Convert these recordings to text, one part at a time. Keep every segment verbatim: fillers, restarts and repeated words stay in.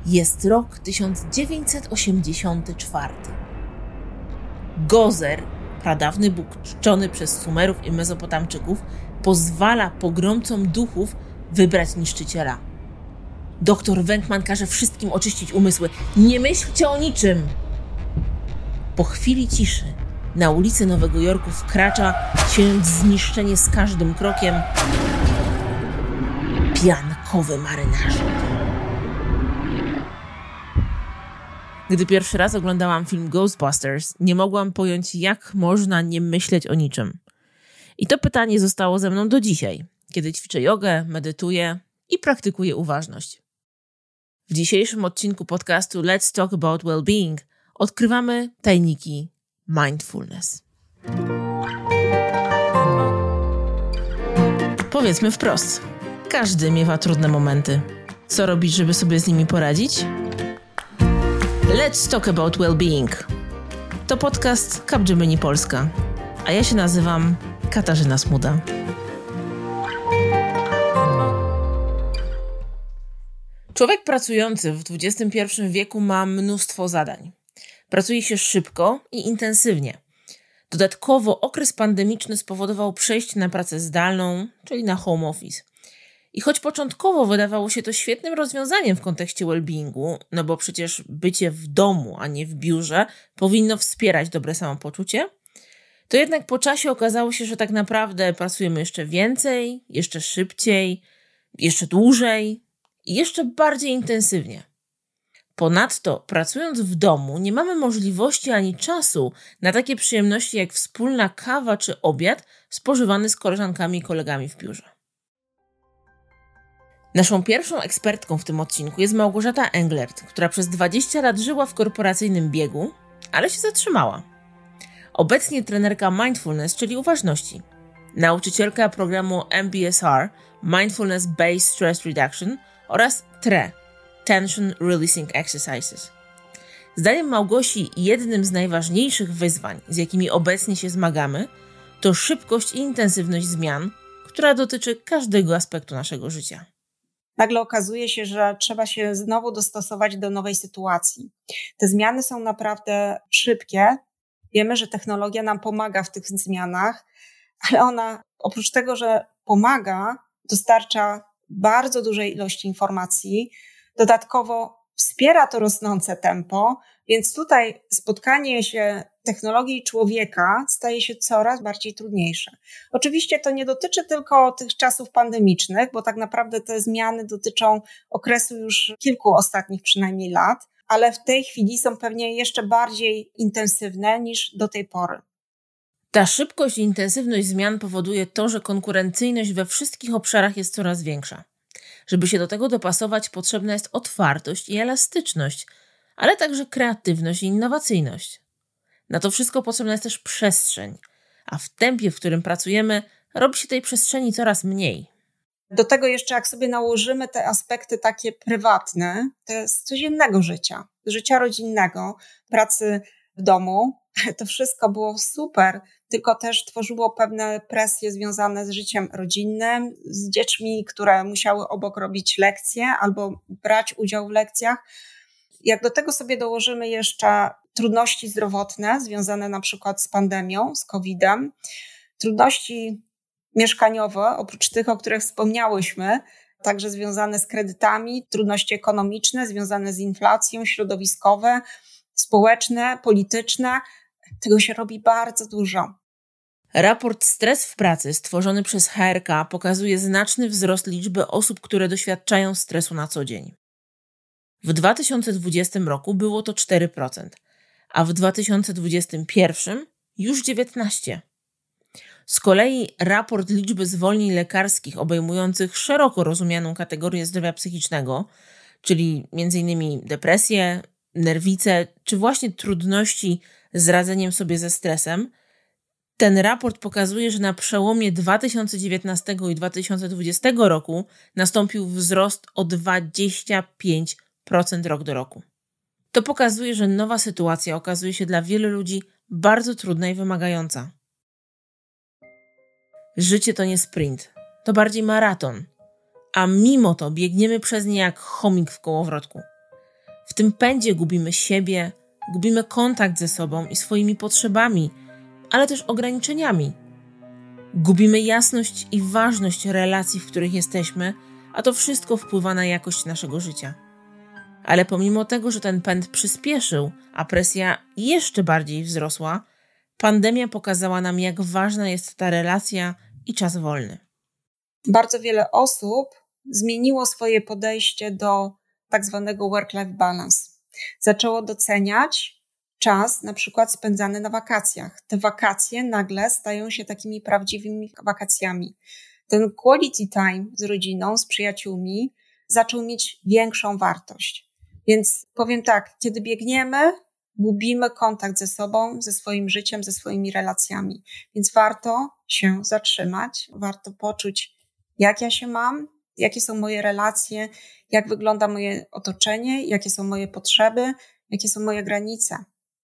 Jest rok tysiąc dziewięćset osiemdziesiąty czwarty. Gozer, pradawny bóg czczony przez Sumerów i Mezopotamczyków, pozwala pogromcom duchów wybrać niszczyciela. Doktor Venkman każe wszystkim oczyścić umysły. Nie myślcie o niczym! Po chwili ciszy na ulicy Nowego Jorku wkracza, ciejąc zniszczenie z każdym krokiem, piankowy marynarzyk. Gdy pierwszy raz oglądałam film Ghostbusters, nie mogłam pojąć, jak można nie myśleć o niczym. I to pytanie zostało ze mną do dzisiaj, kiedy ćwiczę jogę, medytuję i praktykuję uważność. W dzisiejszym odcinku podcastu Let's Talk About Wellbeing odkrywamy tajniki mindfulness. Powiedzmy wprost, każdy miewa trudne momenty. Co robić, żeby sobie z nimi poradzić? Let's Talk About Wellbeing. To podcast Capgemini Polska, a ja się nazywam Katarzyna Smuda. Człowiek pracujący w dwudziestym pierwszym wieku ma mnóstwo zadań. Pracuje się szybko i intensywnie. Dodatkowo okres pandemiczny spowodował przejście na pracę zdalną, czyli na home office. I choć początkowo wydawało się to świetnym rozwiązaniem w kontekście wellbeingu, no bo przecież bycie w domu, a nie w biurze powinno wspierać dobre samopoczucie, to jednak po czasie okazało się, że tak naprawdę pracujemy jeszcze więcej, jeszcze szybciej, jeszcze dłużej i jeszcze bardziej intensywnie. Ponadto, pracując w domu, nie mamy możliwości ani czasu na takie przyjemności jak wspólna kawa czy obiad spożywany z koleżankami i kolegami w biurze. Naszą pierwszą ekspertką w tym odcinku jest Małgorzata Englert, która przez dwadzieścia lat żyła w korporacyjnym biegu, ale się zatrzymała. Obecnie trenerka mindfulness, czyli uważności. Nauczycielka programu M B S R, Mindfulness Based Stress Reduction oraz T R E, Tension Releasing Exercises. Zdaniem Małgosi jednym z najważniejszych wyzwań, z jakimi obecnie się zmagamy, to szybkość i intensywność zmian, która dotyczy każdego aspektu naszego życia. Nagle okazuje się, że trzeba się znowu dostosować do nowej sytuacji. Te zmiany są naprawdę szybkie. Wiemy, że technologia nam pomaga w tych zmianach, ale ona oprócz tego, że pomaga, dostarcza bardzo dużej ilości informacji, dodatkowo wspiera to rosnące tempo, więc tutaj spotkanie się technologii i człowieka staje się coraz bardziej trudniejsze. Oczywiście to nie dotyczy tylko tych czasów pandemicznych, bo tak naprawdę te zmiany dotyczą okresu już kilku ostatnich przynajmniej lat, ale w tej chwili są pewnie jeszcze bardziej intensywne niż do tej pory. Ta szybkość i intensywność zmian powoduje to, że konkurencyjność we wszystkich obszarach jest coraz większa. Żeby się do tego dopasować, potrzebna jest otwartość i elastyczność, ale także kreatywność i innowacyjność. Na to wszystko potrzebna jest też przestrzeń, a w tempie, w którym pracujemy, robi się tej przestrzeni coraz mniej. Do tego jeszcze jak sobie nałożymy te aspekty takie prywatne, te z codziennego życia, życia rodzinnego, pracy w domu, to wszystko było super, tylko też tworzyło pewne presje związane z życiem rodzinnym, z dziećmi, które musiały obok robić lekcje albo brać udział w lekcjach. Jak do tego sobie dołożymy jeszcze trudności zdrowotne związane na przykład z pandemią, z kowidem, trudności mieszkaniowe, oprócz tych, o których wspomniałyśmy, także związane z kredytami, trudności ekonomiczne związane z inflacją, środowiskowe, społeczne, polityczne, tego się robi bardzo dużo. Raport Stres w pracy stworzony przez H R K pokazuje znaczny wzrost liczby osób, które doświadczają stresu na co dzień. W dwa tysiące dwudziestym roku było to cztery procent, a w dwa tysiące dwudziestym pierwszym już dziewiętnaście procent. Z kolei raport liczby zwolnień lekarskich obejmujących szeroko rozumianą kategorię zdrowia psychicznego, czyli między innymi depresję, nerwice, czy właśnie trudności z radzeniem sobie ze stresem, ten raport pokazuje, że na przełomie dwa tysiące dziewiętnastego i dwa tysiące dwudziestego roku nastąpił wzrost o dwadzieścia pięć procent rok do roku. To pokazuje, że nowa sytuacja okazuje się dla wielu ludzi bardzo trudna i wymagająca. Życie to nie sprint, to bardziej maraton, a mimo to biegniemy przez nie jak chomik w kołowrotku. tym pędzie gubimy siebie, gubimy kontakt ze sobą i swoimi potrzebami, ale też ograniczeniami. Gubimy jasność i ważność relacji, w których jesteśmy, a to wszystko wpływa na jakość naszego życia. Ale pomimo tego, że ten pęd przyspieszył, a presja jeszcze bardziej wzrosła, pandemia pokazała nam, jak ważna jest ta relacja i czas wolny. Bardzo wiele osób zmieniło swoje podejście do tak zwanego work-life balance. Zaczęło doceniać czas na przykład spędzany na wakacjach. Te wakacje nagle stają się takimi prawdziwymi wakacjami. Ten quality time z rodziną, z przyjaciółmi zaczął mieć większą wartość. Więc powiem tak, kiedy biegniemy, gubimy kontakt ze sobą, ze swoim życiem, ze swoimi relacjami. Więc warto się zatrzymać, warto poczuć, jak ja się mam, jakie są moje relacje, jak wygląda moje otoczenie, jakie są moje potrzeby, jakie są moje granice.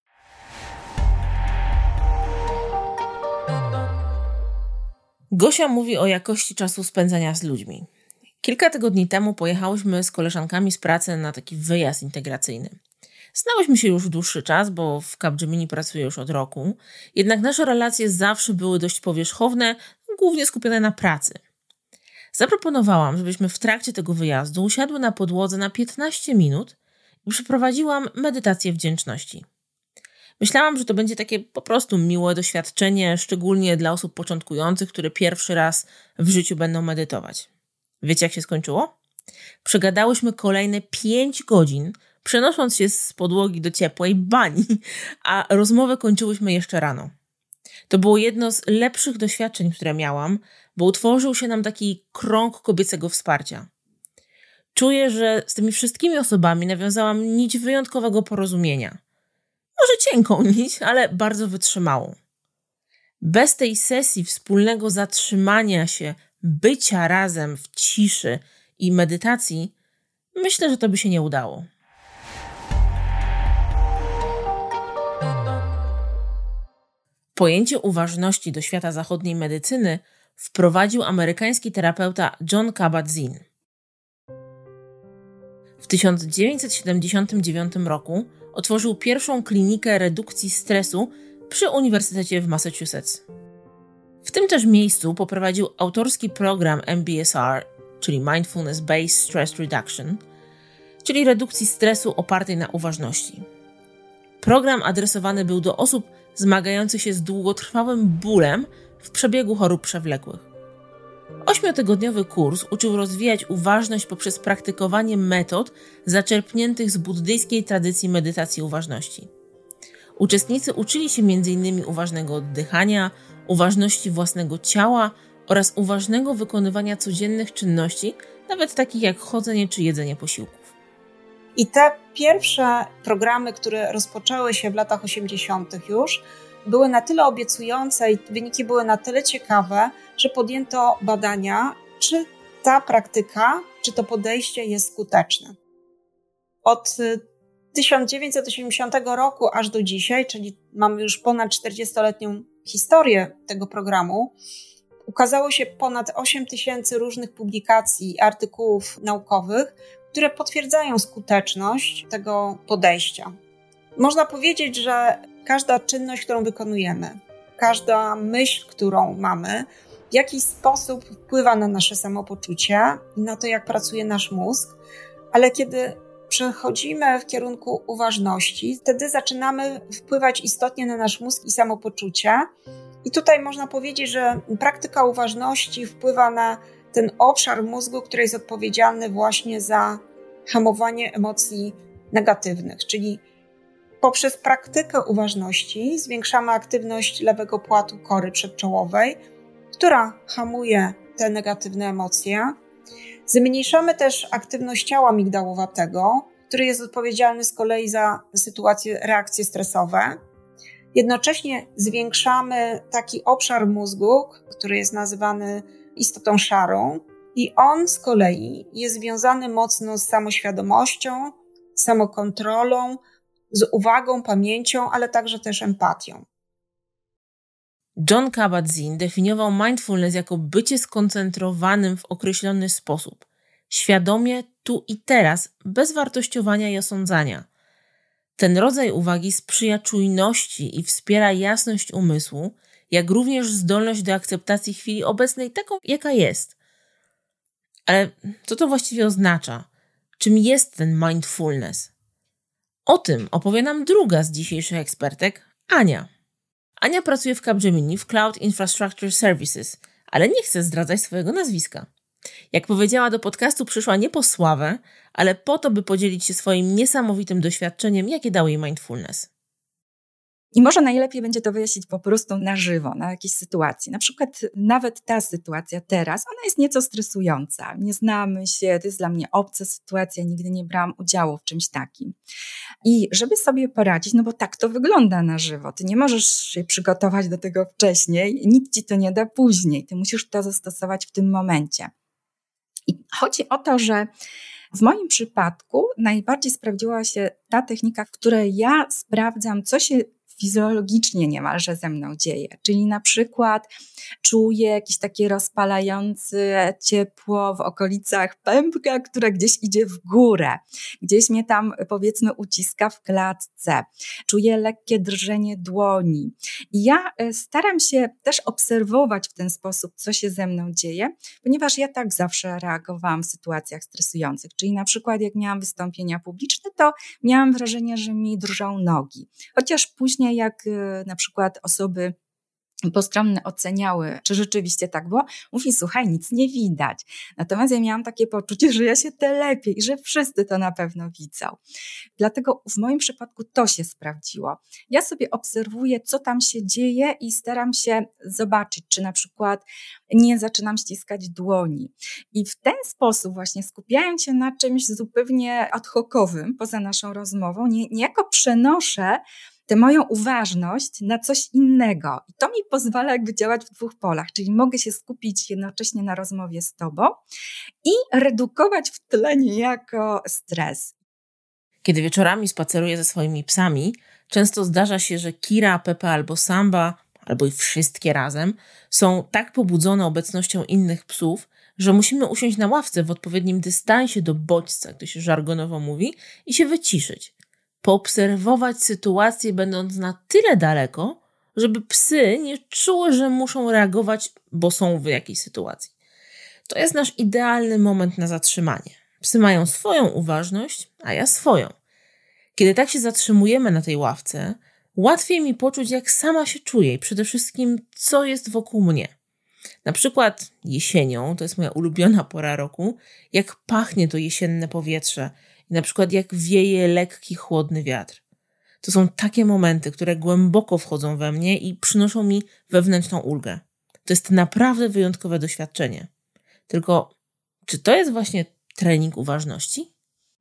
Gosia mówi o jakości czasu spędzania z ludźmi. Kilka tygodni temu pojechałyśmy z koleżankami z pracy na taki wyjazd integracyjny. Znałyśmy się już dłuższy czas, bo w Capgemini pracuję już od roku, jednak nasze relacje zawsze były dość powierzchowne, głównie skupione na pracy. Zaproponowałam, żebyśmy w trakcie tego wyjazdu usiadły na podłodze na piętnaście minut i przeprowadziłam medytację wdzięczności. Myślałam, że to będzie takie po prostu miłe doświadczenie, szczególnie dla osób początkujących, które pierwszy raz w życiu będą medytować. Wiecie, jak się skończyło? Przegadałyśmy kolejne pięć godzin, przenosząc się z podłogi do ciepłej bani, a rozmowę kończyłyśmy jeszcze rano. To było jedno z lepszych doświadczeń, które miałam, bo utworzył się nam taki krąg kobiecego wsparcia. Czuję, że z tymi wszystkimi osobami nawiązałam nić wyjątkowego porozumienia. Może cienką nić, ale bardzo wytrzymałą. Bez tej sesji wspólnego zatrzymania się, bycia razem w ciszy i medytacji, myślę, że to by się nie udało. Pojęcie uważności do świata zachodniej medycyny wprowadził amerykański terapeuta Jon Kabat-Zinn. W tysiąc dziewięćset siedemdziesiątym dziewiątym roku otworzył pierwszą klinikę redukcji stresu przy Uniwersytecie w Massachusetts. W tym też miejscu poprowadził autorski program M B S R, czyli Mindfulness Based Stress Reduction, czyli redukcji stresu opartej na uważności. Program adresowany był do osób zmagających się z długotrwałym bólem w przebiegu chorób przewlekłych. Ośmiotygodniowy kurs uczył rozwijać uważność poprzez praktykowanie metod zaczerpniętych z buddyjskiej tradycji medytacji uważności. Uczestnicy uczyli się między innymi uważnego oddychania, uważności własnego ciała oraz uważnego wykonywania codziennych czynności, nawet takich jak chodzenie czy jedzenie posiłków. I te pierwsze programy, które rozpoczęły się w latach osiemdziesiątych już, były na tyle obiecujące i wyniki były na tyle ciekawe, że podjęto badania, czy ta praktyka, czy to podejście jest skuteczne. Od tysiąc dziewięćset osiemdziesiątego roku aż do dzisiaj, czyli mamy już ponad czterdziestoletnią historię tego programu, ukazało się ponad osiem tysięcy różnych publikacji, artykułów naukowych, które potwierdzają skuteczność tego podejścia. Można powiedzieć, że każda czynność, którą wykonujemy, każda myśl, którą mamy, w jakiś sposób wpływa na nasze samopoczucie i na to, jak pracuje nasz mózg, ale kiedy przechodzimy w kierunku uważności, wtedy zaczynamy wpływać istotnie na nasz mózg i samopoczucie. I tutaj można powiedzieć, że praktyka uważności wpływa na ten obszar mózgu, który jest odpowiedzialny właśnie za hamowanie emocji negatywnych, czyli poprzez praktykę uważności zwiększamy aktywność lewego płatu kory przedczołowej, która hamuje te negatywne emocje. Zmniejszamy też aktywność ciała migdałowatego, który jest odpowiedzialny z kolei za sytuacje, reakcje stresowe. Jednocześnie zwiększamy taki obszar mózgu, który jest nazywany istotą szarą i on z kolei jest związany mocno z samoświadomością, samokontrolą, z uwagą, pamięcią, ale także też empatią. Jon Kabat-Zinn definiował mindfulness jako bycie skoncentrowanym w określony sposób, Świadomie, tu i teraz, bez wartościowania i osądzania. Ten rodzaj uwagi sprzyja czujności i wspiera jasność umysłu, jak również zdolność do akceptacji chwili obecnej taką, jaka jest. Ale co to właściwie oznacza? Czym jest ten mindfulness? O tym opowie nam druga z dzisiejszych ekspertek, Ania. Ania pracuje w Capgemini w Cloud Infrastructure Services, ale nie chce zdradzać swojego nazwiska. Jak powiedziała, do podcastu przyszła nie po sławę, ale po to, by podzielić się swoim niesamowitym doświadczeniem, jakie dał jej mindfulness. I może najlepiej będzie to wyjaśnić po prostu na żywo, na jakiejś sytuacji. Na przykład nawet ta sytuacja teraz, ona jest nieco stresująca. Nie znamy się, to jest dla mnie obca sytuacja, nigdy nie brałam udziału w czymś takim. I żeby sobie poradzić, no bo tak to wygląda na żywo. Ty nie możesz się przygotować do tego wcześniej, nic ci to nie da później. Ty musisz to zastosować w tym momencie. I chodzi o to, że w moim przypadku najbardziej sprawdziła się ta technika, w której ja sprawdzam, co się fizjologicznie niemalże ze mną dzieje. Czyli na przykład czuję jakieś takie rozpalające ciepło w okolicach pępka, które gdzieś idzie w górę. Gdzieś mnie tam, powiedzmy, uciska w klatce. Czuję lekkie drżenie dłoni. I ja staram się też obserwować w ten sposób, co się ze mną dzieje, ponieważ ja tak zawsze reagowałam w sytuacjach stresujących. Czyli na przykład jak miałam wystąpienia publiczne, to miałam wrażenie, że mi drżą nogi. Chociaż później jak na przykład osoby postronne oceniały, czy rzeczywiście tak było, mówi, słuchaj, nic nie widać. Natomiast ja miałam takie poczucie, że ja się telepię i że wszyscy to na pewno widzą. Dlatego w moim przypadku to się sprawdziło. Ja sobie obserwuję, co tam się dzieje i staram się zobaczyć, czy na przykład nie zaczynam ściskać dłoni. I w ten sposób właśnie skupiając się na czymś zupełnie ad hocowym, poza naszą rozmową, nie, niejako przenoszę tę moją uważność na coś innego. I to mi pozwala jakby działać w dwóch polach, czyli mogę się skupić jednocześnie na rozmowie z tobą i redukować w tle niejako stres. Kiedy wieczorami spaceruję ze swoimi psami, często zdarza się, że Kira, Pepa albo Samba, albo i wszystkie razem, są tak pobudzone obecnością innych psów, że musimy usiąść na ławce w odpowiednim dystansie do bodźca, jak to się żargonowo mówi, i się wyciszyć. Poobserwować sytuację, będąc na tyle daleko, żeby psy nie czuły, że muszą reagować, bo są w jakiejś sytuacji. To jest nasz idealny moment na zatrzymanie. Psy mają swoją uważność, a ja swoją. Kiedy tak się zatrzymujemy na tej ławce, łatwiej mi poczuć, jak sama się czuję i przede wszystkim, co jest wokół mnie. Na przykład jesienią, to jest moja ulubiona pora roku, jak pachnie to jesienne powietrze, i na przykład jak wieje lekki, chłodny wiatr. To są takie momenty, które głęboko wchodzą we mnie i przynoszą mi wewnętrzną ulgę. To jest naprawdę wyjątkowe doświadczenie. Tylko, czy to jest właśnie trening uważności?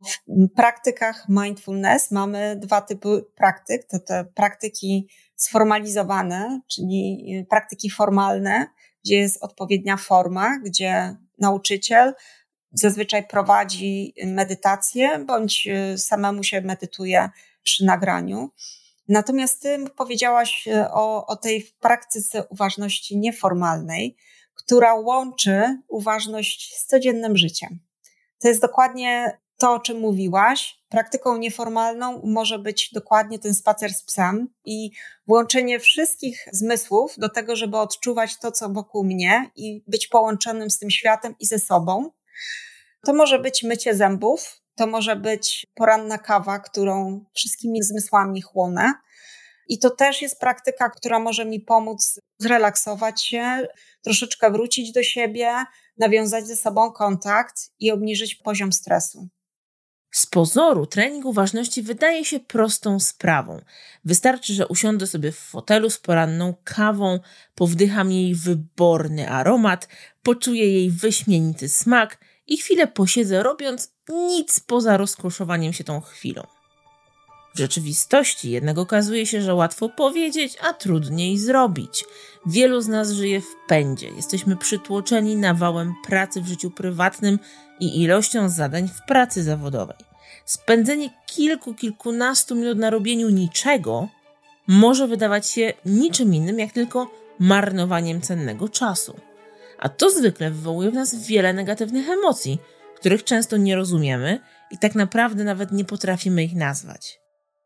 W praktykach mindfulness mamy dwa typy praktyk. To te praktyki sformalizowane, czyli praktyki formalne, gdzie jest odpowiednia forma, gdzie nauczyciel zazwyczaj prowadzi medytację, bądź samemu się medytuje przy nagraniu. Natomiast ty powiedziałaś o, o tej praktyce uważności nieformalnej, która łączy uważność z codziennym życiem. To jest dokładnie to, o czym mówiłaś. Praktyką nieformalną może być dokładnie ten spacer z psem i włączenie wszystkich zmysłów do tego, żeby odczuwać to, co wokół mnie i być połączonym z tym światem i ze sobą. To może być mycie zębów, to może być poranna kawa, którą wszystkimi zmysłami chłonę. I to też jest praktyka, która może mi pomóc zrelaksować się, troszeczkę wrócić do siebie, nawiązać ze sobą kontakt i obniżyć poziom stresu. Z pozoru trening uważności wydaje się prostą sprawą. Wystarczy, że usiądę sobie w fotelu z poranną kawą, powdycham jej wyborny aromat, poczuję jej wyśmienity smak i chwilę posiedzę, robiąc nic poza rozkoszowaniem się tą chwilą. W rzeczywistości jednak okazuje się, że łatwo powiedzieć, a trudniej zrobić. Wielu z nas żyje w pędzie. Jesteśmy przytłoczeni nawałem pracy w życiu prywatnym i ilością zadań w pracy zawodowej. Spędzenie kilku, kilkunastu minut na robieniu niczego może wydawać się niczym innym, jak tylko marnowaniem cennego czasu. A to zwykle wywołuje w nas wiele negatywnych emocji, których często nie rozumiemy i tak naprawdę nawet nie potrafimy ich nazwać.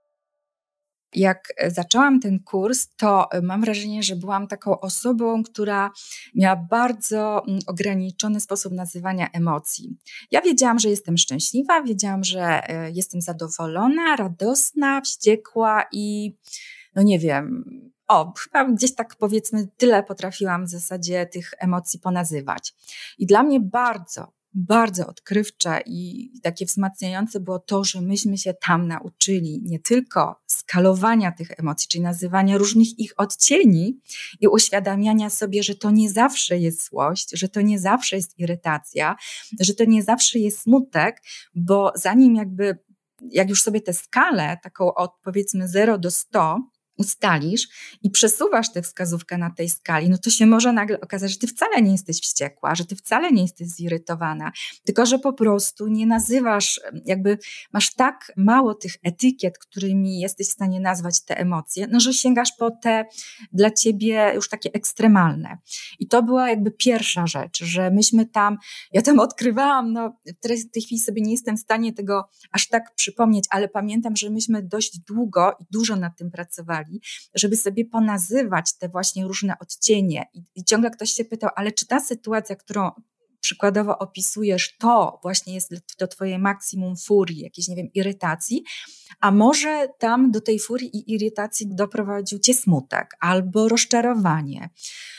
Jak zaczęłam ten kurs, to mam wrażenie, że byłam taką osobą, która miała bardzo ograniczony sposób nazywania emocji. Ja wiedziałam, że jestem szczęśliwa, wiedziałam, że jestem zadowolona, radosna, wściekła i no nie wiem, o, chyba gdzieś tak powiedzmy tyle potrafiłam w zasadzie tych emocji ponazywać. I dla mnie bardzo, bardzo odkrywcze i takie wzmacniające było to, że myśmy się tam nauczyli nie tylko skalowania tych emocji, czyli nazywania różnych ich odcieni i uświadamiania sobie, że to nie zawsze jest złość, że to nie zawsze jest irytacja, że to nie zawsze jest smutek, bo zanim jakby, jak już sobie tę skalę taką od powiedzmy zero do stu ustalisz i przesuwasz tę wskazówkę na tej skali, no to się może nagle okazać, że ty wcale nie jesteś wściekła, że ty wcale nie jesteś zirytowana, tylko że po prostu nie nazywasz, jakby masz tak mało tych etykiet, którymi jesteś w stanie nazwać te emocje, no że sięgasz po te dla ciebie już takie ekstremalne. I to była jakby pierwsza rzecz, że myśmy tam, ja tam odkrywałam, no teraz w tej chwili sobie nie jestem w stanie tego aż tak przypomnieć, ale pamiętam, że myśmy dość długo i dużo nad tym pracowali, żeby sobie ponazywać te właśnie różne odcienie. I, I ciągle ktoś się pytał, ale czy ta sytuacja, którą przykładowo opisujesz, to właśnie jest to twoje maksimum furii, jakiejś, nie wiem, irytacji, a może tam do tej furii i irytacji doprowadził cię smutek albo rozczarowanie.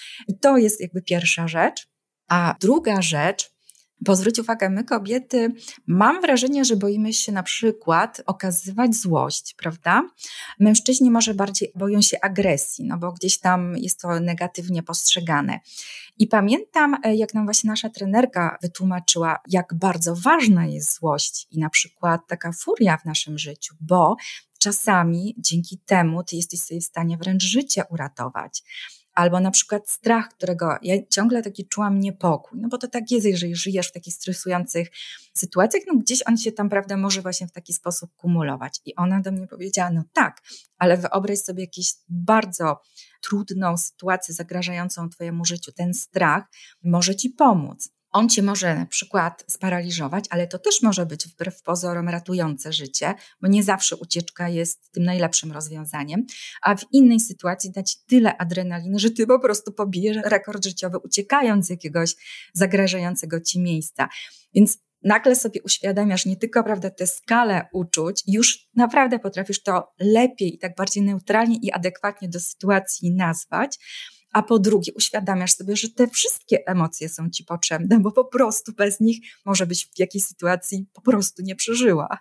I to jest jakby pierwsza rzecz. A druga rzecz, bo zwróć uwagę, my kobiety, mam wrażenie, że boimy się na przykład okazywać złość, prawda? Mężczyźni może bardziej boją się agresji, no bo gdzieś tam jest to negatywnie postrzegane. I pamiętam, jak nam właśnie nasza trenerka wytłumaczyła, jak bardzo ważna jest złość i na przykład taka furia w naszym życiu, bo czasami dzięki temu ty jesteś sobie w stanie wręcz życie uratować. Albo na przykład strach, którego ja ciągle taki czułam niepokój, no bo to tak jest, jeżeli żyjesz w takich stresujących sytuacjach, no gdzieś on się tam, prawda, może właśnie w taki sposób kumulować. I ona do mnie powiedziała, no tak, ale wyobraź sobie jakąś bardzo trudną sytuację zagrażającą twojemu życiu. Ten strach może ci pomóc. On cię może na przykład sparaliżować, ale to też może być wbrew pozorom ratujące życie, bo nie zawsze ucieczka jest tym najlepszym rozwiązaniem, a w innej sytuacji dać tyle adrenaliny, że ty po prostu pobijesz rekord życiowy, uciekając z jakiegoś zagrażającego ci miejsca. Więc nagle sobie uświadamiasz nie tylko, prawda, tę skalę uczuć, już naprawdę potrafisz to lepiej i tak bardziej neutralnie i adekwatnie do sytuacji nazwać, a po drugie uświadamiasz sobie, że te wszystkie emocje są ci potrzebne, bo po prostu bez nich może byś w jakiejś sytuacji po prostu nie przeżyła.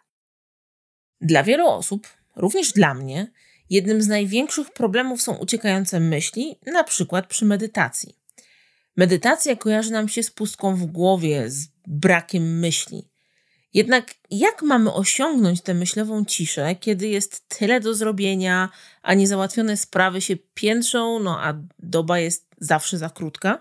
Dla wielu osób, również dla mnie, jednym z największych problemów są uciekające myśli, na przykład przy medytacji. Medytacja kojarzy nam się z pustką w głowie, z brakiem myśli. Jednak jak mamy osiągnąć tę myślową ciszę, kiedy jest tyle do zrobienia, a niezałatwione sprawy się piętrzą, no a doba jest zawsze za krótka?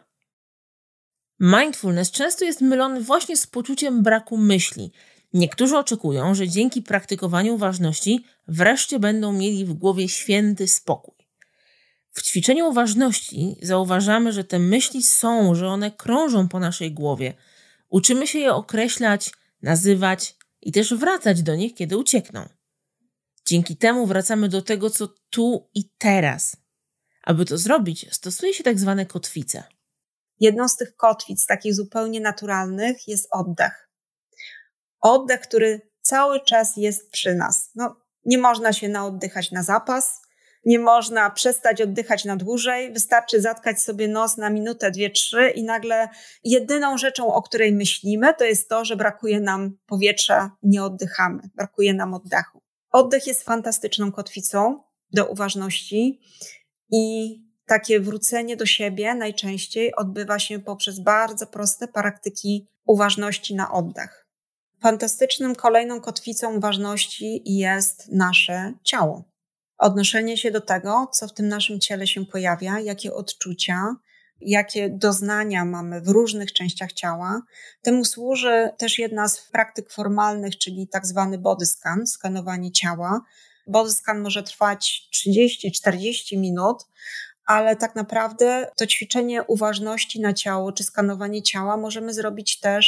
Mindfulness często jest mylony właśnie z poczuciem braku myśli. Niektórzy oczekują, że dzięki praktykowaniu uważności wreszcie będą mieli w głowie święty spokój. W ćwiczeniu uważności zauważamy, że te myśli są, że one krążą po naszej głowie. Uczymy się je określać, nazywać i też wracać do nich, kiedy uciekną. Dzięki temu wracamy do tego, co tu i teraz. Aby to zrobić, stosuje się tak zwane kotwice. Jedną z tych kotwic, takich zupełnie naturalnych, jest oddech. Oddech, który cały czas jest przy nas. No, nie można się naoddychać na zapas, nie można przestać oddychać na dłużej, wystarczy zatkać sobie nos na minutę, dwie, trzy i nagle jedyną rzeczą, o której myślimy, to jest to, że brakuje nam powietrza, nie oddychamy, brakuje nam oddechu. Oddech jest fantastyczną kotwicą do uważności i takie wrócenie do siebie najczęściej odbywa się poprzez bardzo proste praktyki uważności na oddech. Fantastycznym kolejną kotwicą uważności jest nasze ciało. Odnoszenie się do tego, co w tym naszym ciele się pojawia, jakie odczucia, jakie doznania mamy w różnych częściach ciała. Temu służy też jedna z praktyk formalnych, czyli tak zwany body scan, skanowanie ciała. Body scan może trwać trzydzieści czterdzieści minut, ale tak naprawdę to ćwiczenie uważności na ciało czy skanowanie ciała możemy zrobić też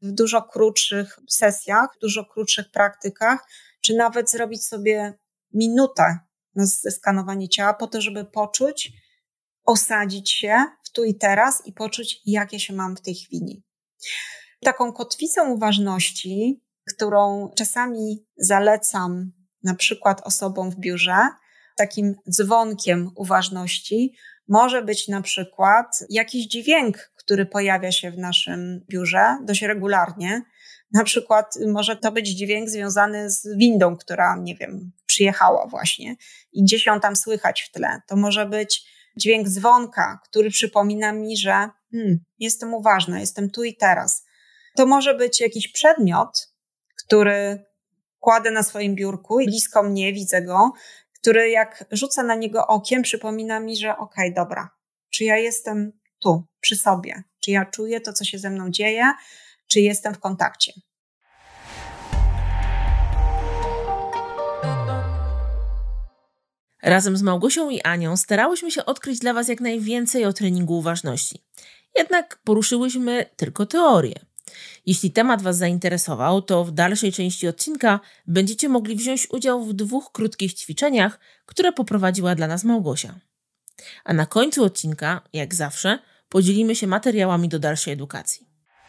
w dużo krótszych sesjach, w dużo krótszych praktykach, czy nawet zrobić sobie minutę na zeskanowanie ciała po to, żeby poczuć, osadzić się w tu i teraz i poczuć, jak ja się mam w tej chwili. Taką kotwicą uważności, którą czasami zalecam na przykład osobom w biurze, takim dzwonkiem uważności może być na przykład jakiś dźwięk, który pojawia się w naszym biurze dość regularnie. Na przykład może to być dźwięk związany z windą, która, nie wiem, przyjechała właśnie i gdzieś ją tam słychać w tle. To może być dźwięk dzwonka, który przypomina mi, że hmm, jestem uważna, jestem tu i teraz. To może być jakiś przedmiot, który kładę na swoim biurku i blisko mnie, widzę go, który jak rzucę na niego okiem, przypomina mi, że okej, okay, dobra, czy ja jestem tu, przy sobie, czy ja czuję to, co się ze mną dzieje, czy jestem w kontakcie. Razem z Małgosią i Anią starałyśmy się odkryć dla Was jak najwięcej o treningu uważności. Jednak poruszyłyśmy tylko teorię. Jeśli temat Was zainteresował, to w dalszej części odcinka będziecie mogli wziąć udział w dwóch krótkich ćwiczeniach, które poprowadziła dla nas Małgosia. A na końcu odcinka, jak zawsze, podzielimy się materiałami do dalszej edukacji.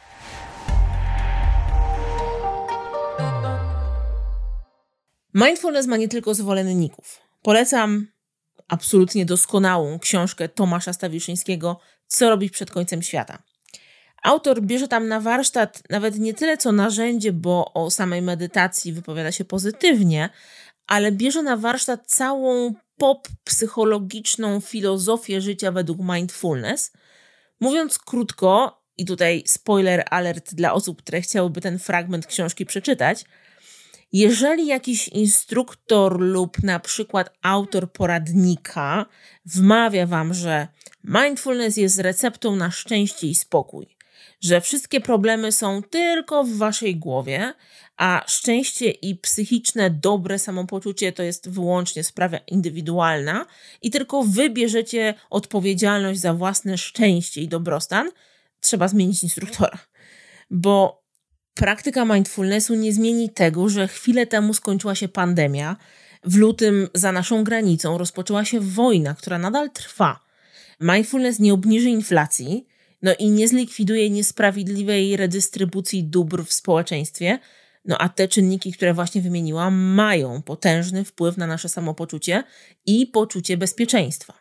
Mindfulness ma nie tylko zwolenników. Polecam absolutnie doskonałą książkę Tomasza Stawiszyńskiego „Co robić przed końcem świata”. Autor bierze tam na warsztat nawet nie tyle co narzędzie, bo o samej medytacji wypowiada się pozytywnie, ale bierze na warsztat całą pop-psychologiczną filozofię życia według mindfulness. Mówiąc krótko, i tutaj spoiler alert dla osób, które chciałyby ten fragment książki przeczytać, jeżeli jakiś instruktor lub na przykład autor poradnika wmawia Wam, że mindfulness jest receptą na szczęście i spokój, że wszystkie problemy są tylko w Waszej głowie, a szczęście i psychiczne, dobre samopoczucie to jest wyłącznie sprawa indywidualna i tylko Wy bierzecie odpowiedzialność za własne szczęście i dobrostan, trzeba zmienić instruktora. Bo praktyka mindfulnessu nie zmieni tego, że chwilę temu skończyła się pandemia, w lutym za naszą granicą rozpoczęła się wojna, która nadal trwa. Mindfulness nie obniży inflacji, no i nie zlikwiduje niesprawiedliwej redystrybucji dóbr w społeczeństwie, no a te czynniki, które właśnie wymieniłam, mają potężny wpływ na nasze samopoczucie i poczucie bezpieczeństwa.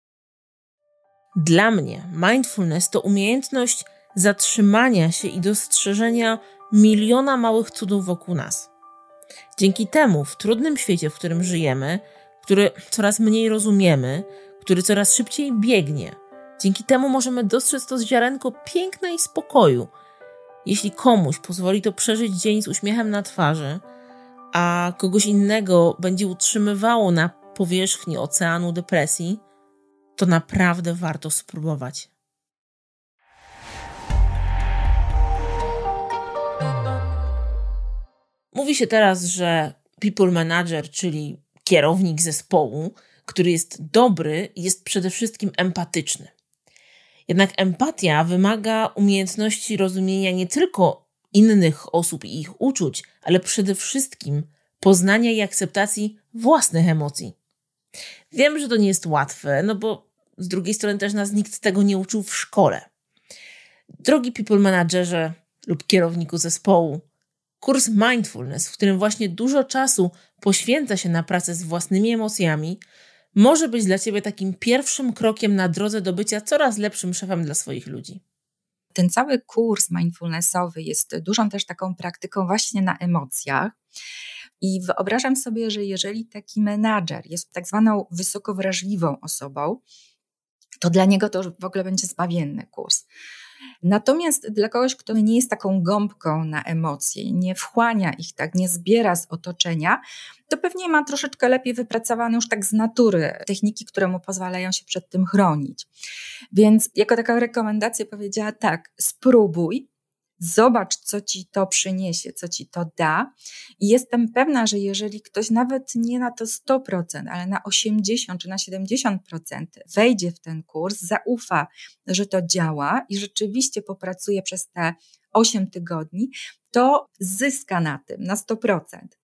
Dla mnie mindfulness to umiejętność zatrzymania się i dostrzeżenia miliona małych cudów wokół nas. Dzięki temu w trudnym świecie, w którym żyjemy, który coraz mniej rozumiemy, który coraz szybciej biegnie, dzięki temu możemy dostrzec to ziarenko piękna i spokoju. Jeśli komuś pozwoli to przeżyć dzień z uśmiechem na twarzy, a kogoś innego będzie utrzymywało na powierzchni oceanu depresji, to naprawdę warto spróbować. Mówi się teraz, że people manager, czyli kierownik zespołu, który jest dobry, jest przede wszystkim empatyczny. Jednak empatia wymaga umiejętności rozumienia nie tylko innych osób i ich uczuć, ale przede wszystkim poznania i akceptacji własnych emocji. Wiem, że to nie jest łatwe, no bo z drugiej strony też nas nikt tego nie uczył w szkole. Drogi people managerze lub kierowniku zespołu, kurs mindfulness, w którym właśnie dużo czasu poświęca się na pracę z własnymi emocjami, może być dla Ciebie takim pierwszym krokiem na drodze do bycia coraz lepszym szefem dla swoich ludzi. Ten cały kurs mindfulnessowy jest dużą też taką praktyką właśnie na emocjach. I wyobrażam sobie, że jeżeli taki menadżer jest tak zwaną wysoko wrażliwą osobą, to dla niego to w ogóle będzie zbawienny kurs. Natomiast dla kogoś, kto nie jest taką gąbką na emocje, nie wchłania ich tak, nie zbiera z otoczenia, to pewnie ma troszeczkę lepiej wypracowane już tak z natury techniki, które mu pozwalają się przed tym chronić. Więc jako taką rekomendację powiedziała tak, spróbuj, zobacz, co ci to przyniesie, co ci to da i jestem pewna, że jeżeli ktoś nawet nie na to sto procent, ale na osiemdziesiąt czy na siedemdziesiąt procent wejdzie w ten kurs, zaufa, że to działa i rzeczywiście popracuje przez te osiem tygodni, to zyska na tym na sto procent.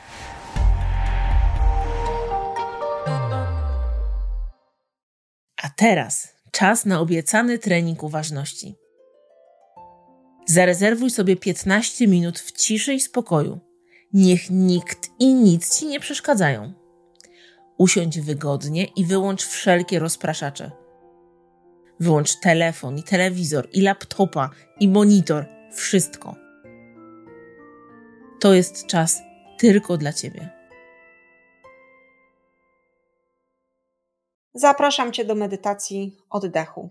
A teraz czas na obiecany trening uważności. Zarezerwuj sobie piętnaście minut w ciszy i spokoju. Niech nikt i nic ci nie przeszkadzają. Usiądź wygodnie i wyłącz wszelkie rozpraszacze. Wyłącz telefon i telewizor, i laptopa, i monitor. Wszystko. To jest czas tylko dla ciebie. Zapraszam cię do medytacji oddechu.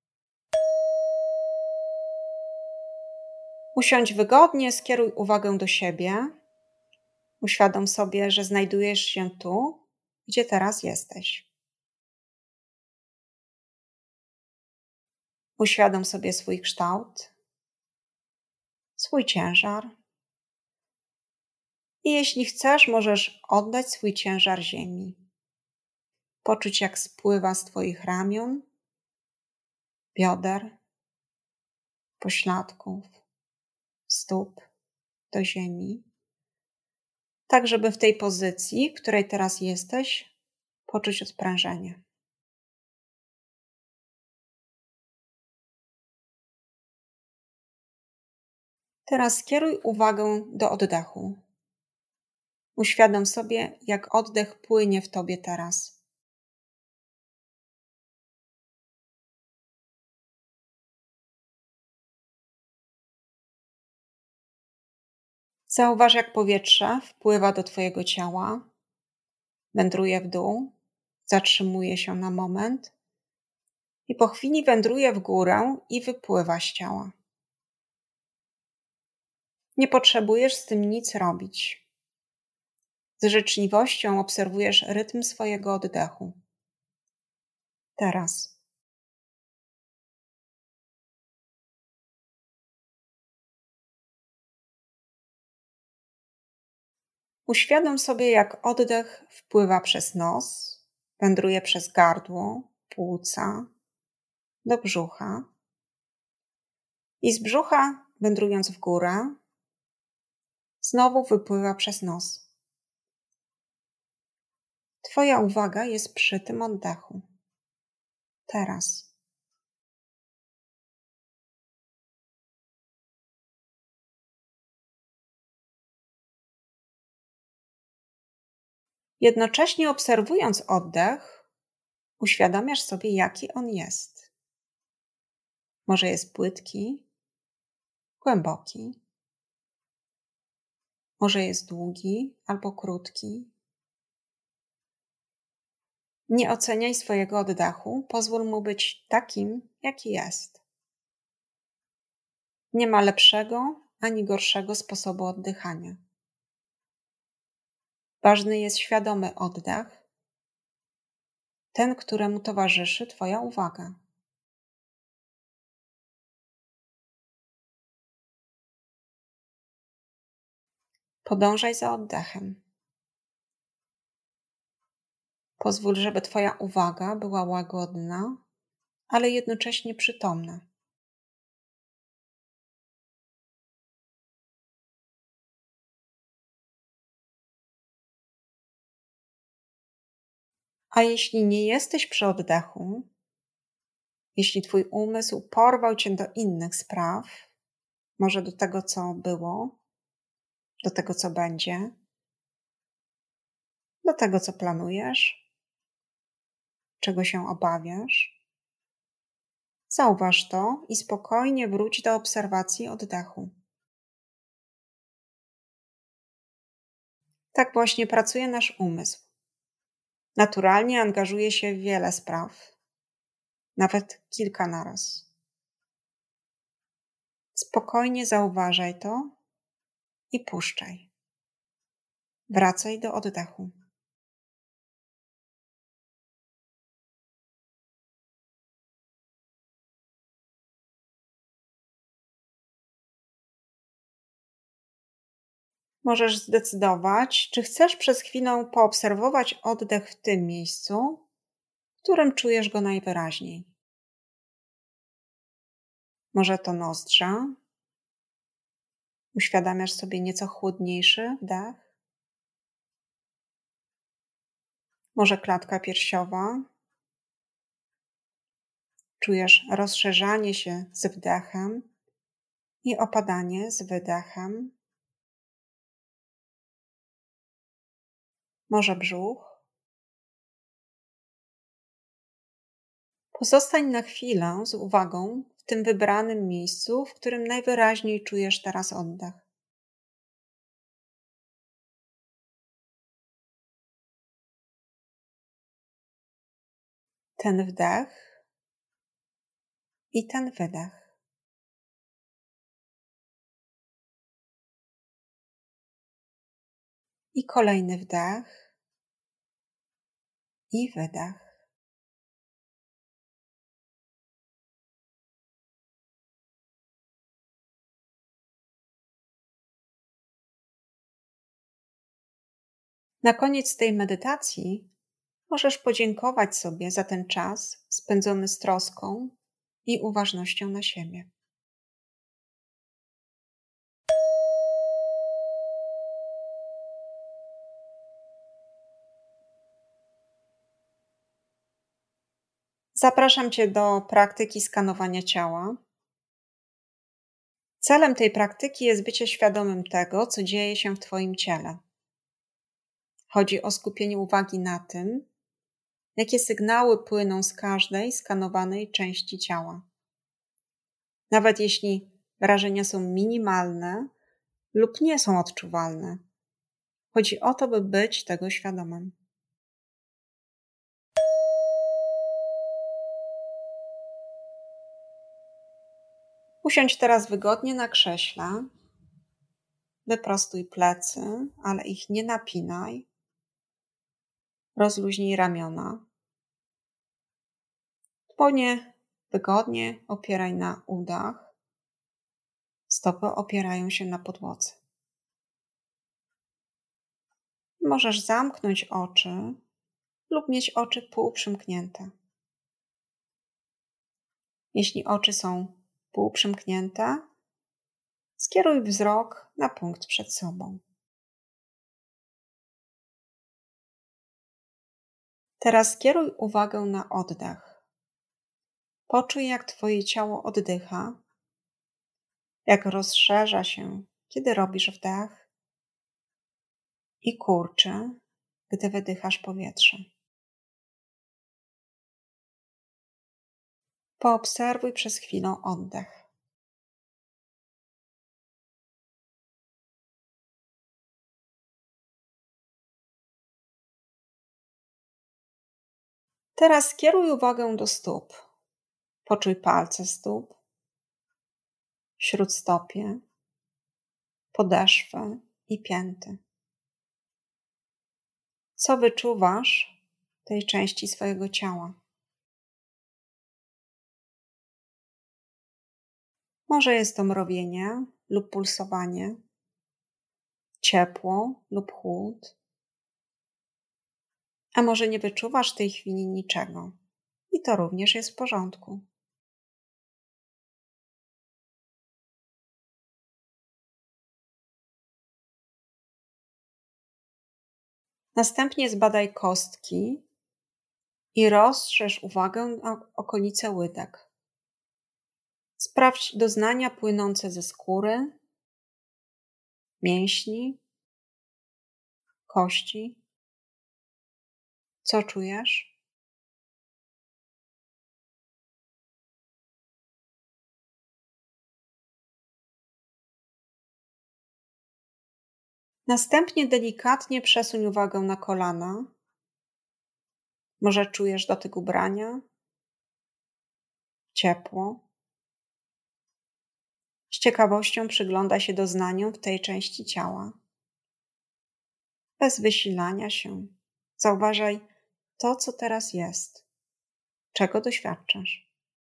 Usiądź wygodnie, skieruj uwagę do siebie. Uświadom sobie, że znajdujesz się tu, gdzie teraz jesteś. Uświadom sobie swój kształt, swój ciężar. I jeśli chcesz, możesz oddać swój ciężar ziemi. Poczuć, jak spływa z twoich ramion, bioder, pośladków, stóp do ziemi. Tak, żeby w tej pozycji, w której teraz jesteś, poczuć odprężenie. Teraz skieruj uwagę do oddechu. Uświadom sobie, jak oddech płynie w tobie teraz. Zauważ, jak powietrze wpływa do twojego ciała, wędruje w dół, zatrzymuje się na moment i po chwili wędruje w górę i wypływa z ciała. Nie potrzebujesz z tym nic robić. Z życzliwością obserwujesz rytm swojego oddechu. Teraz. Uświadom sobie, jak oddech wpływa przez nos, wędruje przez gardło, płuca, do brzucha i z brzucha, wędrując w górę, znowu wypływa przez nos. Twoja uwaga jest przy tym oddechu. Teraz. Jednocześnie obserwując oddech, uświadamiasz sobie, jaki on jest. Może jest płytki, głęboki. Może jest długi albo krótki. Nie oceniaj swojego oddechu, pozwól mu być takim, jaki jest. Nie ma lepszego ani gorszego sposobu oddychania. Ważny jest świadomy oddech, ten, któremu towarzyszy twoja uwaga. Podążaj za oddechem. Pozwól, żeby twoja uwaga była łagodna, ale jednocześnie przytomna. A jeśli nie jesteś przy oddechu, jeśli twój umysł porwał cię do innych spraw, może do tego, co było, do tego, co będzie, do tego, co planujesz, czego się obawiasz, zauważ to i spokojnie wróć do obserwacji oddechu. Tak właśnie pracuje nasz umysł. Naturalnie angażuje się w wiele spraw, nawet kilka naraz. Spokojnie zauważaj to i puszczaj. Wracaj do oddechu. Możesz zdecydować, czy chcesz przez chwilę poobserwować oddech w tym miejscu, w którym czujesz go najwyraźniej. Może to nozdrza, Uświadamiasz sobie nieco chłodniejszy wdech. Może klatka piersiowa. Czujesz rozszerzanie się z wdechem i opadanie z wydechem. Może brzuch. Pozostań na chwilę z uwagą w tym wybranym miejscu, w którym najwyraźniej czujesz teraz oddech. Ten wdech i ten wydech. I kolejny wdech i wydech. Na koniec tej medytacji możesz podziękować sobie za ten czas spędzony z troską i uważnością na siebie. Zapraszam Cię do praktyki skanowania ciała. Celem tej praktyki jest bycie świadomym tego, co dzieje się w Twoim ciele. Chodzi o skupienie uwagi na tym, jakie sygnały płyną z każdej skanowanej części ciała. Nawet jeśli wrażenia są minimalne lub nie są odczuwalne. Chodzi o to, by być tego świadomym. Usiądź teraz wygodnie na krześle. Wyprostuj plecy, ale ich nie napinaj. Rozluźnij ramiona. Dłonie wygodnie opieraj na udach. Stopy opierają się na podłodze. Możesz zamknąć oczy lub mieć oczy półprzymknięte. Jeśli oczy są półprzymknięte, skieruj wzrok na punkt przed sobą. Teraz skieruj uwagę na oddech. Poczuj, jak Twoje ciało oddycha, jak rozszerza się, kiedy robisz wdech i kurczy, gdy wydychasz powietrze. Poobserwuj przez chwilę oddech. Teraz skieruj uwagę do stóp. Poczuj palce stóp, śródstopie, podeszwę i pięty. Co wyczuwasz w tej części swojego ciała? Może jest to mrowienie lub pulsowanie, ciepło lub chłód, a może nie wyczuwasz w tej chwili niczego i to również jest w porządku. Następnie zbadaj kostki i rozszerz uwagę na okolice łydek. Sprawdź doznania płynące ze skóry, mięśni, kości. Co czujesz? Następnie delikatnie przesuń uwagę na kolana. Może czujesz dotyk ubrania, ciepło. Z ciekawością przyglądaj się doznaniom w tej części ciała. Bez wysilania się. Zauważaj to, co teraz jest. Czego doświadczasz?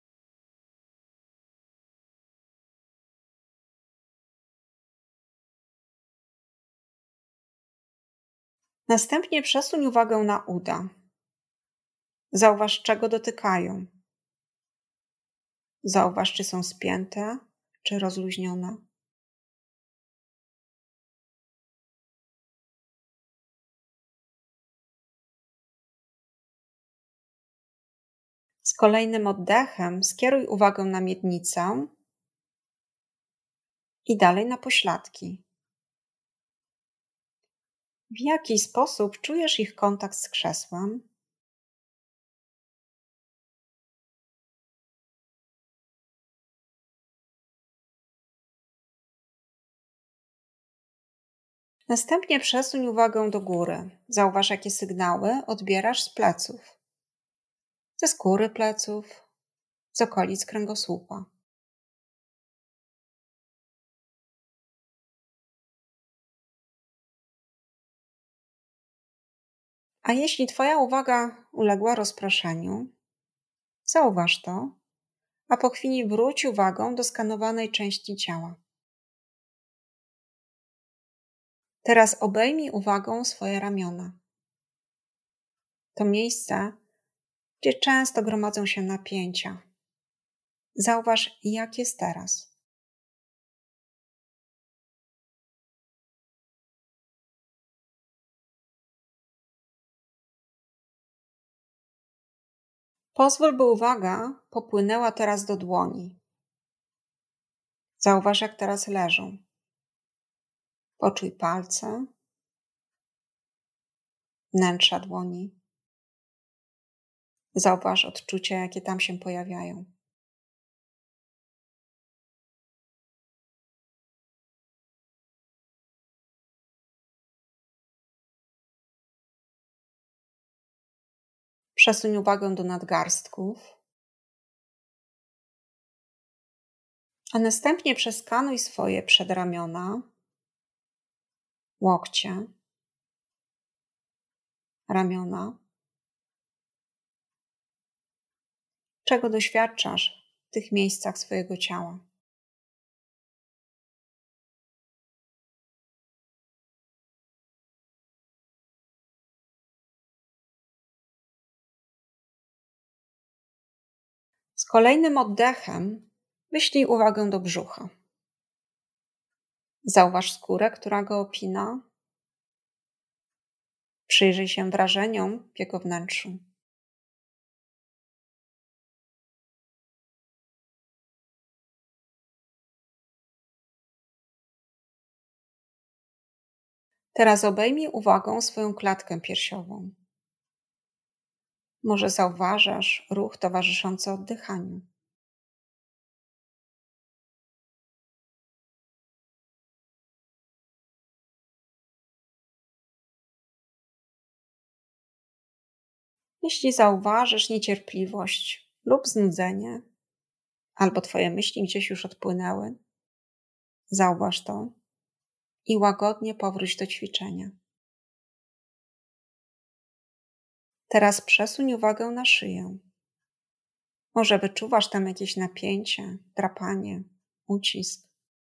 Następnie przesuń uwagę na uda. Zauważ, czego dotykają. Zauważ, czy są spięte, czy rozluźnione. kolejnym oddechem skieruj uwagę na miednicę i dalej na pośladki. W jaki sposób czujesz ich kontakt z krzesłem? Następnie przesuń uwagę do góry. Zauważ, jakie sygnały odbierasz z pleców. Ze skóry pleców, z okolic kręgosłupa. A jeśli Twoja uwaga uległa rozproszeniu, zauważ to, a po chwili wróć uwagę do skanowanej części ciała. Teraz obejmij uwagą swoje ramiona. To miejsce, gdzie często gromadzą się napięcia. Zauważ, jak jest teraz. Pozwól, by uwaga popłynęła teraz do dłoni. Zauważ, jak teraz leżą. Poczuj palce, wnętrza dłoni. Zauważ odczucia, jakie tam się pojawiają. Przesuń uwagę do nadgarstków, a następnie przeskanuj swoje przedramiona, łokcie, ramiona. Czego doświadczasz w tych miejscach swojego ciała? Z kolejnym oddechem wyślij uwagę do brzucha. Zauważ skórę, która go opina. Przyjrzyj się wrażeniom w jego wnętrzu. Teraz obejmij uwagą swoją klatkę piersiową. Może zauważasz ruch towarzyszący oddychaniu. Jeśli zauważysz niecierpliwość lub znudzenie, albo Twoje myśli gdzieś już odpłynęły, zauważ to i łagodnie powróć do ćwiczenia. Teraz przesuń uwagę na szyję. Może wyczuwasz tam jakieś napięcie, drapanie, ucisk.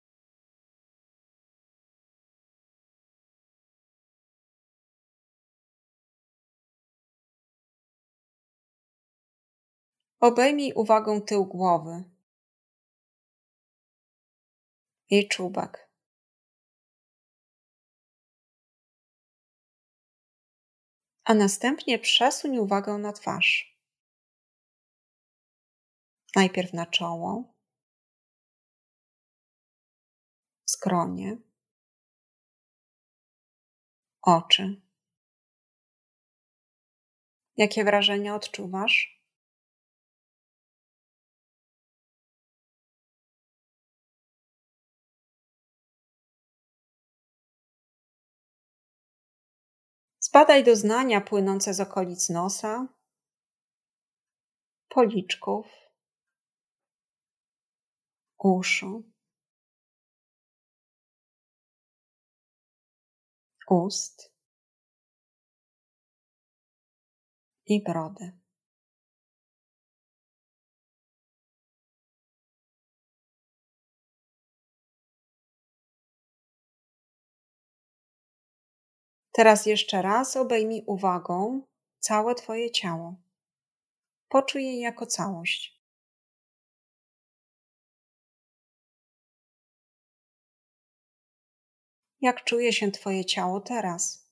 Obejmij uwagą tył głowy, jej czubek. A następnie przesuń uwagę na twarz. Najpierw na czoło, skronie, oczy. Jakie wrażenia odczuwasz? Zbadaj doznania płynące z okolic nosa, policzków, uszu, ust i brody. Teraz jeszcze raz obejmij uwagą całe Twoje ciało. Poczuj je jako całość. Jak czuje się Twoje ciało teraz?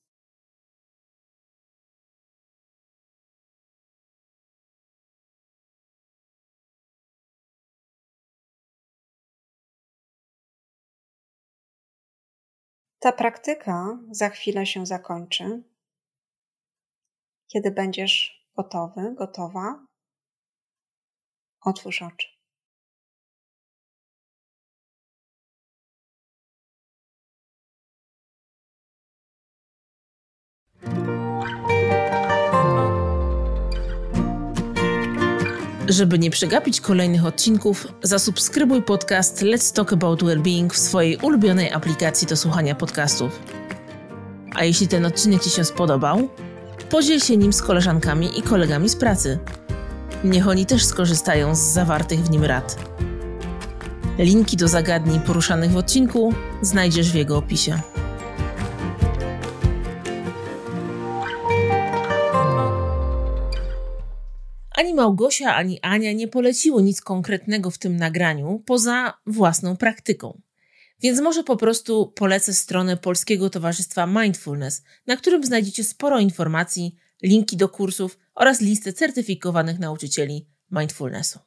ta praktyka za chwilę się zakończy. Kiedy będziesz gotowy, gotowa, otwórz oczy. Żeby nie przegapić kolejnych odcinków, zasubskrybuj podcast Let's Talk About Wellbeing w swojej ulubionej aplikacji do słuchania podcastów. A jeśli ten odcinek Ci się spodobał, podziel się nim z koleżankami i kolegami z pracy. Niech oni też skorzystają z zawartych w nim rad. Linki do zagadnień poruszanych w odcinku znajdziesz w jego opisie. Ani Małgosia, ani Ania nie poleciły nic konkretnego w tym nagraniu poza własną praktyką. Więc może po prostu polecę stronę Polskiego Towarzystwa Mindfulness, na którym znajdziecie sporo informacji, linki do kursów oraz listę certyfikowanych nauczycieli mindfulnessu.